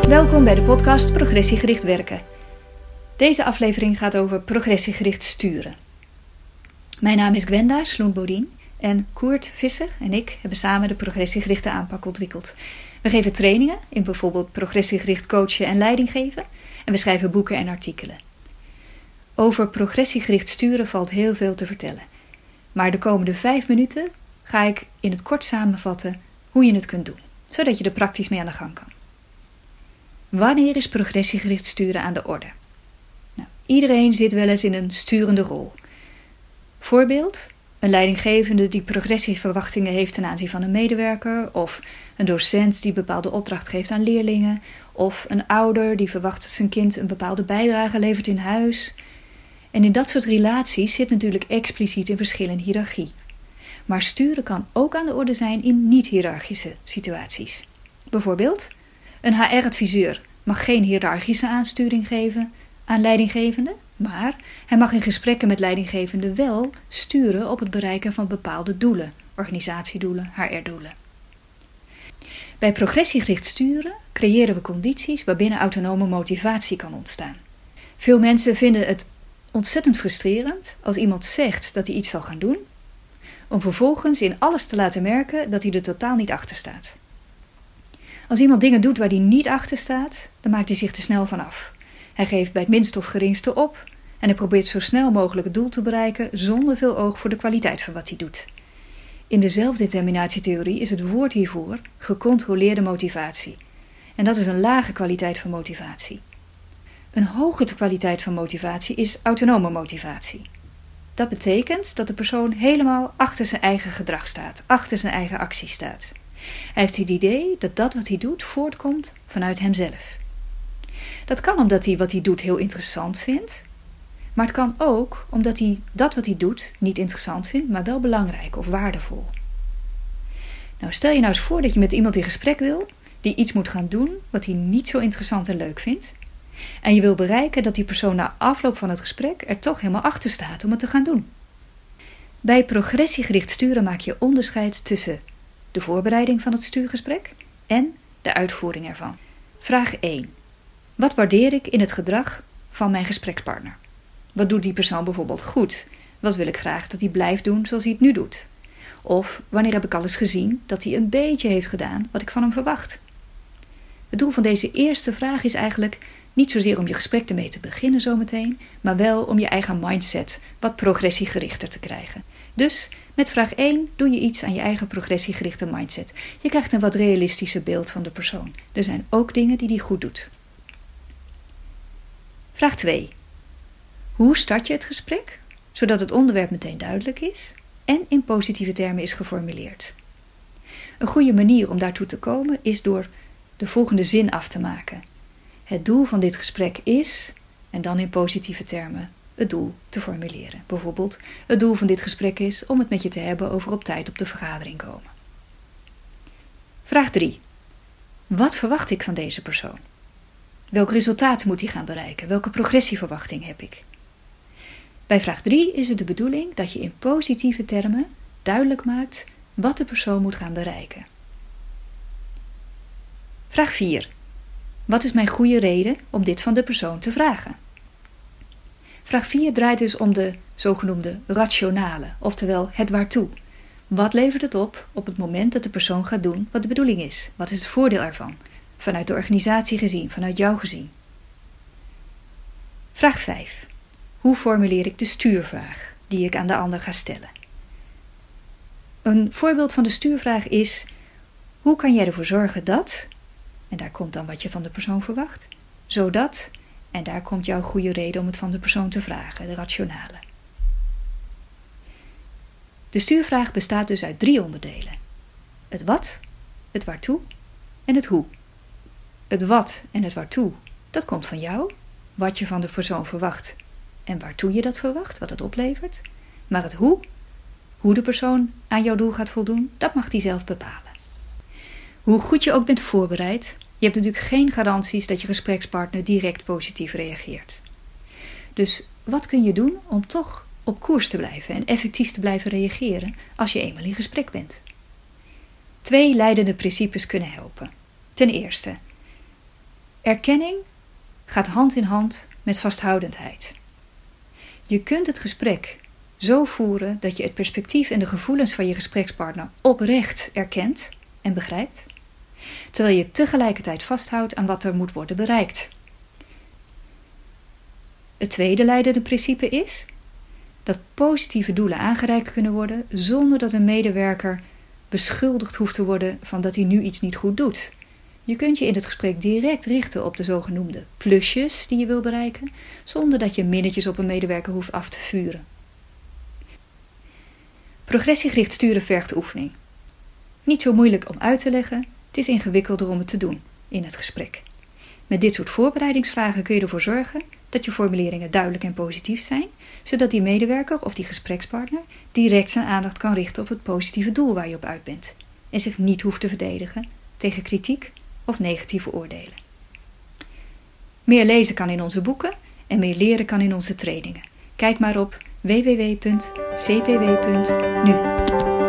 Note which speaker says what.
Speaker 1: Welkom bij de podcast Progressiegericht werken. Deze aflevering gaat over progressiegericht sturen. Mijn naam is Gwenda Sloenbodien en Koert Visser en ik hebben samen de progressiegerichte aanpak ontwikkeld. We geven trainingen in bijvoorbeeld progressiegericht coachen en leiding geven en we schrijven boeken en artikelen. Over progressiegericht sturen valt heel veel te vertellen. Maar de komende 5 minuten ga ik in het kort samenvatten hoe je het kunt doen, zodat je er praktisch mee aan de gang kan. Wanneer is progressiegericht sturen aan de orde? Nou, iedereen zit wel eens in een sturende rol. Voorbeeld, een leidinggevende die progressieverwachtingen heeft ten aanzien van een medewerker, of een docent die bepaalde opdracht geeft aan leerlingen, of een ouder die verwacht dat zijn kind een bepaalde bijdrage levert in huis. En in dat soort relaties zit natuurlijk expliciet een verschil in hiërarchie. Maar sturen kan ook aan de orde zijn in niet-hiërarchische situaties. Bijvoorbeeld, een HR-adviseur mag geen hiërarchische aansturing geven aan leidinggevenden, maar hij mag in gesprekken met leidinggevenden wel sturen op het bereiken van bepaalde doelen, organisatiedoelen, HR-doelen. Bij progressiegericht sturen creëren we condities waarbinnen autonome motivatie kan ontstaan. Veel mensen vinden het ontzettend frustrerend als iemand zegt dat hij iets zal gaan doen, om vervolgens in alles te laten merken dat hij er totaal niet achter staat. Als iemand dingen doet waar hij niet achter staat, dan maakt hij zich te snel van af. Hij geeft bij het minste of geringste op en hij probeert zo snel mogelijk het doel te bereiken zonder veel oog voor de kwaliteit van wat hij doet. In de zelfdeterminatietheorie is het woord hiervoor gecontroleerde motivatie. En dat is een lage kwaliteit van motivatie. Een hogere kwaliteit van motivatie is autonome motivatie. Dat betekent dat de persoon helemaal achter zijn eigen gedrag staat, achter zijn eigen actie staat. Hij heeft het idee dat dat wat hij doet voortkomt vanuit hemzelf. Dat kan omdat hij wat hij doet heel interessant vindt, maar het kan ook omdat hij dat wat hij doet niet interessant vindt, maar wel belangrijk of waardevol. Nou, stel je nou eens voor dat je met iemand in gesprek wil die iets moet gaan doen wat hij niet zo interessant en leuk vindt. En je wil bereiken dat die persoon na afloop van het gesprek er toch helemaal achter staat om het te gaan doen. Bij progressiegericht sturen maak je onderscheid tussen de voorbereiding van het stuurgesprek en de uitvoering ervan. Vraag 1. Wat waardeer ik in het gedrag van mijn gesprekspartner? Wat doet die persoon bijvoorbeeld goed? Wat wil ik graag dat hij blijft doen zoals hij het nu doet? Of wanneer heb ik al eens gezien dat hij een beetje heeft gedaan wat ik van hem verwacht? Het doel van deze eerste vraag is eigenlijk niet zozeer om je gesprek ermee te beginnen zometeen, maar wel om je eigen mindset wat progressiegerichter te krijgen. Dus met vraag 1 doe je iets aan je eigen progressiegerichte mindset. Je krijgt een wat realistischer beeld van de persoon. Er zijn ook dingen die hij goed doet. Vraag 2. Hoe start je het gesprek, zodat het onderwerp meteen duidelijk is en in positieve termen is geformuleerd? Een goede manier om daartoe te komen is door de volgende zin af te maken. Het doel van dit gesprek is, en dan in positieve termen, het doel te formuleren. Bijvoorbeeld, het doel van dit gesprek is om het met je te hebben over op tijd op de vergadering komen. Vraag 3. Wat verwacht ik van deze persoon? Welk resultaat moet hij gaan bereiken? Welke progressieverwachting heb ik? Bij vraag 3 is het de bedoeling dat je in positieve termen duidelijk maakt wat de persoon moet gaan bereiken. Vraag 4. Wat is mijn goede reden om dit van de persoon te vragen? Vraag 4 draait dus om de zogenoemde rationale, oftewel het waartoe. Wat levert het op het moment dat de persoon gaat doen wat de bedoeling is? Wat is het voordeel ervan? Vanuit de organisatie gezien, vanuit jou gezien. Vraag 5. Hoe formuleer ik de stuurvraag die ik aan de ander ga stellen? Een voorbeeld van de stuurvraag is: hoe kan jij ervoor zorgen dat, en daar komt dan wat je van de persoon verwacht, zodat, en daar komt jouw goede reden om het van de persoon te vragen, de rationale. De stuurvraag bestaat dus uit 3 onderdelen. Het wat, het waartoe en het hoe. Het wat en het waartoe, dat komt van jou, wat je van de persoon verwacht en waartoe je dat verwacht, wat het oplevert. Maar het hoe de persoon aan jouw doel gaat voldoen, dat mag die zelf bepalen. Hoe goed je ook bent voorbereid, je hebt natuurlijk geen garanties dat je gesprekspartner direct positief reageert. Dus wat kun je doen om toch op koers te blijven en effectief te blijven reageren als je eenmaal in gesprek bent? 2 leidende principes kunnen helpen. Ten eerste, Erkenning gaat hand in hand met vasthoudendheid. Je kunt het gesprek zo voeren dat je het perspectief en de gevoelens van je gesprekspartner oprecht erkent en begrijpt, terwijl je tegelijkertijd vasthoudt aan wat er moet worden bereikt. Het tweede leidende principe is dat positieve doelen aangereikt kunnen worden zonder dat een medewerker beschuldigd hoeft te worden van dat hij nu iets niet goed doet. Je kunt je in het gesprek direct richten op de zogenoemde plusjes die je wil bereiken, zonder dat je minnetjes op een medewerker hoeft af te vuren. Progressiegericht sturen vergt oefening. Niet zo moeilijk om uit te leggen, het is ingewikkelder om het te doen in het gesprek. Met dit soort voorbereidingsvragen kun je ervoor zorgen dat je formuleringen duidelijk en positief zijn, zodat die medewerker of die gesprekspartner direct zijn aandacht kan richten op het positieve doel waar je op uit bent en zich niet hoeft te verdedigen tegen kritiek of negatieve oordelen. Meer lezen kan in onze boeken en meer leren kan in onze trainingen. Kijk maar op www.cpw.nu.